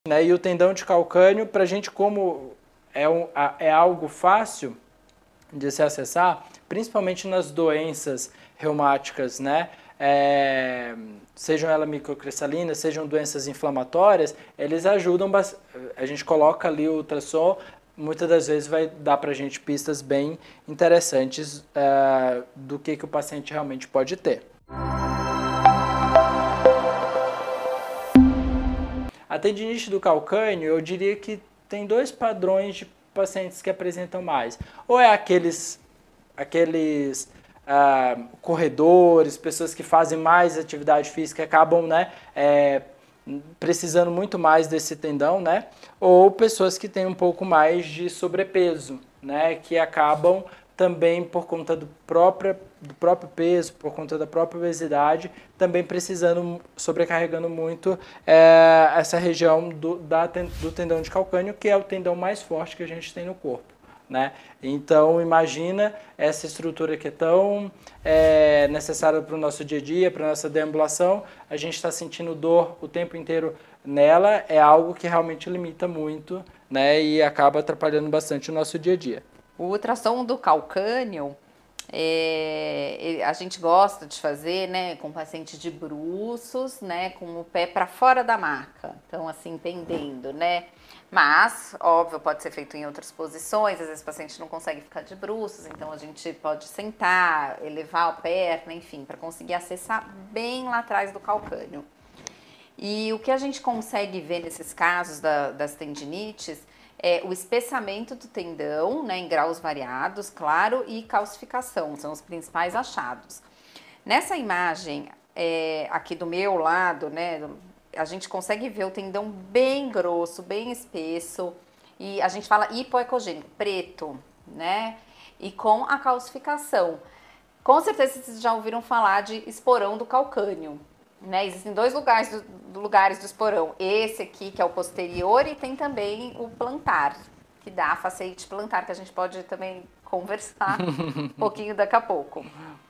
né? E o tendão de calcânio, para a gente, como é algo fácil de se acessar, principalmente nas doenças reumáticas, né? Sejam elas microcristalinas, sejam doenças inflamatórias, eles ajudam bastante. A gente coloca ali o ultrassom, muitas das vezes vai dar para a gente pistas bem interessantes do que o paciente realmente pode ter. A tendinite do calcânio, eu diria que tem dois padrões de pacientes que apresentam mais. Ou é aqueles corredores, pessoas que fazem mais atividade física, acabam, né, precisando muito mais desse tendão, né? Ou pessoas que têm um pouco mais de sobrepeso, né, que acabam também por conta do próprio peso, por conta da própria obesidade, também precisando, sobrecarregando muito essa região do tendão de calcânio, que é o tendão mais forte que a gente tem no corpo, né? Então, imagina essa estrutura que é tão necessária para o nosso dia a dia, para a nossa deambulação, a gente está sentindo dor o tempo inteiro nela, é algo que realmente limita muito, né? E acaba atrapalhando bastante o nosso dia a dia. O ultrassom do calcânio, a gente gosta de fazer, né, com pacientes de bruços, né, com o pé para fora da maca, então assim, pendendo, né, mas, óbvio, pode ser feito em outras posições, às vezes o paciente não consegue ficar de bruços, então a gente pode sentar, elevar a perna, enfim, para conseguir acessar bem lá atrás do calcânio. E o que a gente consegue ver nesses casos das tendinites é o espessamento do tendão, né, em graus variados, claro, e calcificação, são os principais achados. Nessa imagem aqui do meu lado, né, a gente consegue ver o tendão bem grosso, bem espesso, e a gente fala hipoecogênico, preto, né, e com a calcificação. Com certeza vocês já ouviram falar de esporão do calcânio. Né, existem dois lugares do esporão, esse aqui que é o posterior e tem também o plantar, que dá a faceite plantar, que a gente pode também conversar um pouquinho daqui a pouco.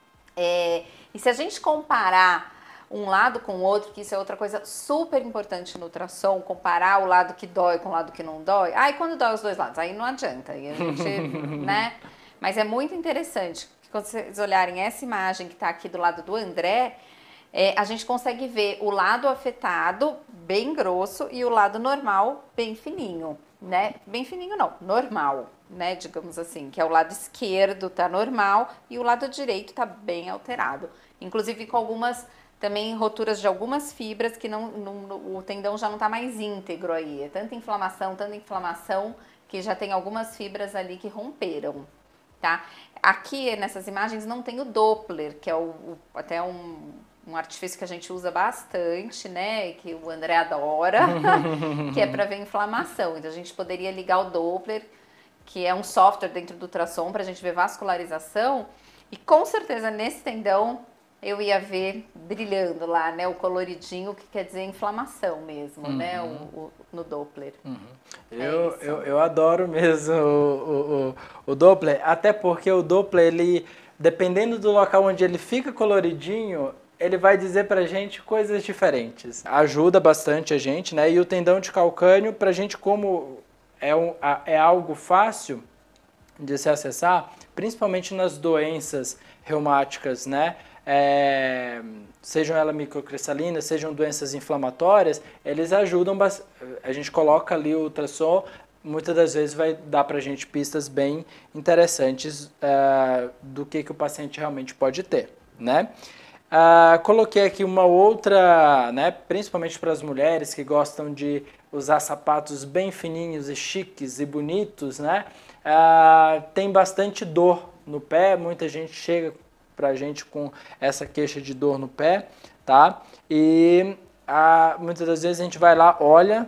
E se a gente comparar um lado com o outro, que isso é outra coisa super importante no ultrassom, comparar o lado que dói com o lado que não dói, e quando dói os dois lados, aí não adianta, aí a gente, né, mas é muito interessante, que quando vocês olharem essa imagem que está aqui do lado do André, a gente consegue ver o lado afetado bem grosso e o lado normal bem fininho, né? Bem fininho não, normal, né? Digamos assim, que é o lado esquerdo tá normal e o lado direito tá bem alterado. Inclusive com algumas também roturas de algumas fibras que o tendão já não tá mais íntegro aí. É tanta inflamação que já tem algumas fibras ali que romperam, tá? Aqui nessas imagens não tem o Doppler, que é até um artifício que a gente usa bastante, né, que o André adora, que é para ver inflamação. Então a gente poderia ligar o Doppler, que é um software dentro do ultrassom para a gente ver vascularização, e com certeza nesse tendão eu ia ver brilhando lá, né, o coloridinho, que quer dizer inflamação mesmo, né, no Doppler. Eu adoro mesmo o Doppler, até porque o Doppler, ele, dependendo do local onde ele fica coloridinho, ele vai dizer pra gente coisas diferentes. Ajuda bastante a gente, né? E o tendão de calcânio, pra gente, como é algo fácil de se acessar, principalmente nas doenças reumáticas, né? Sejam elas microcristalinas, sejam doenças inflamatórias, eles ajudam bastante. A gente coloca ali o ultrassom, muitas das vezes vai dar pra gente pistas bem interessantes do que o paciente realmente pode ter, né? Coloquei aqui uma outra, né, principalmente para as mulheres que gostam de usar sapatos bem fininhos e chiques e bonitos, né? Tem bastante dor no pé, muita gente chega para a gente com essa queixa de dor no pé, tá? E muitas das vezes a gente vai lá, olha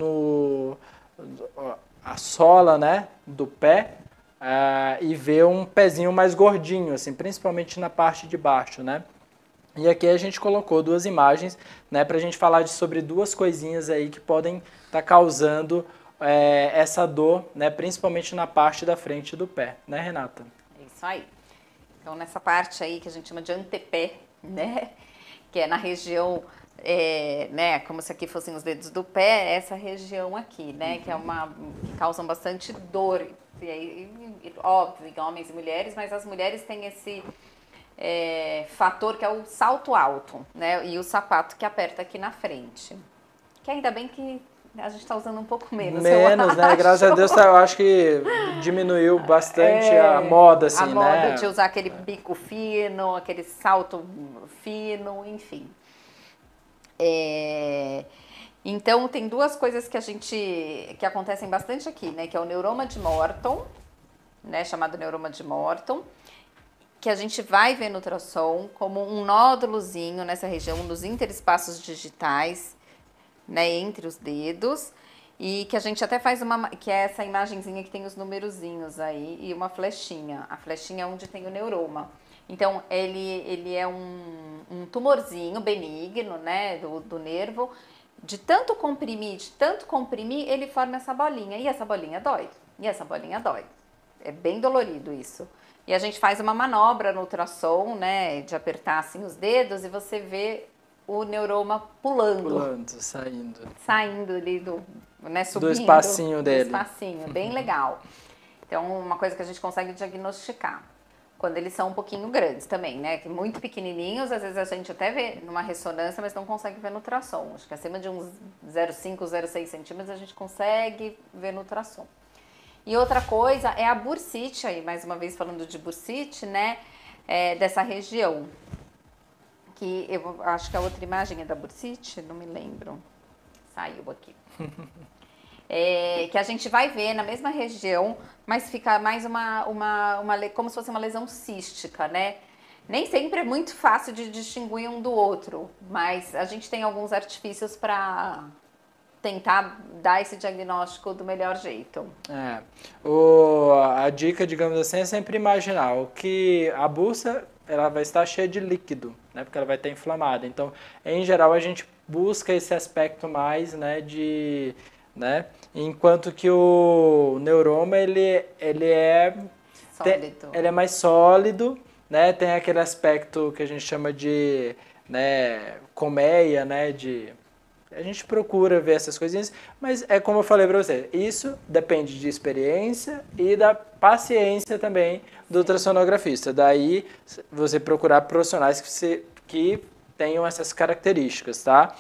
a sola, né, do pé e vê um pezinho mais gordinho, assim, principalmente na parte de baixo, né? E aqui a gente colocou duas imagens, né, para a gente falar sobre duas coisinhas aí que podem estar causando essa dor, né, principalmente na parte da frente do pé, né, Renata? É isso aí. Então nessa parte aí que a gente chama de antepé, né, que é na região né, como se aqui fossem os dedos do pé, essa região aqui, né, que é que causam bastante dor, e aí, óbvio, em homens e mulheres, mas as mulheres têm esse fator que é o salto alto, né, e o sapato que aperta aqui na frente, que ainda bem que a gente está usando um pouco menos. Menos, né? Graças a Deus, eu acho que diminuiu bastante a moda, assim, né? A moda de usar aquele bico fino, aquele salto fino, enfim. Então, tem duas coisas que acontecem bastante aqui, né? Que é o neuroma de Morton, né? Chamado neuroma de Morton, que a gente vai ver no ultrassom como um nódulozinho nessa região, nos interespaços digitais, né, entre os dedos, e que a gente até faz que é essa imagenzinha que tem os numerozinhos aí e uma flechinha. A flechinha é onde tem o neuroma. Então, ele é um tumorzinho benigno, né, do nervo. De tanto comprimir, ele forma essa bolinha. E essa bolinha dói. É bem dolorido isso. E a gente faz uma manobra no ultrassom, né, de apertar assim os dedos e você vê o neuroma pulando, saindo ali né, subindo do espacinho dele. Do espacinho, bem legal. Então, uma coisa que a gente consegue diagnosticar quando eles são um pouquinho grandes também, né? Que muito pequenininhos, às vezes a gente até vê numa ressonância, mas não consegue ver no ultrassom. Acho que acima de uns 0,5, 0,6 centímetros a gente consegue ver no ultrassom. E outra coisa é a bursite, aí mais uma vez falando de bursite, né? Dessa região. Que eu acho que a outra imagem é da bursite, não me lembro. Saiu aqui. Que a gente vai ver na mesma região, mas fica mais como se fosse uma lesão cística, né? Nem sempre é muito fácil de distinguir um do outro, mas a gente tem alguns artifícios para tentar dar esse diagnóstico do melhor jeito. A dica, digamos assim, é sempre imaginar que a bursa ela vai estar cheia de líquido, né? Porque ela vai estar inflamada. Então, em geral, a gente busca esse aspecto mais, né? Enquanto que o neuroma ele é sólido. Ele é mais sólido, né? Tem aquele aspecto que a gente chama de, né, colmeia, né? A gente procura ver essas coisinhas, mas é como eu falei para você, isso depende de experiência e da paciência também do ultrassonografista. Daí você procurar profissionais que tenham essas características, tá?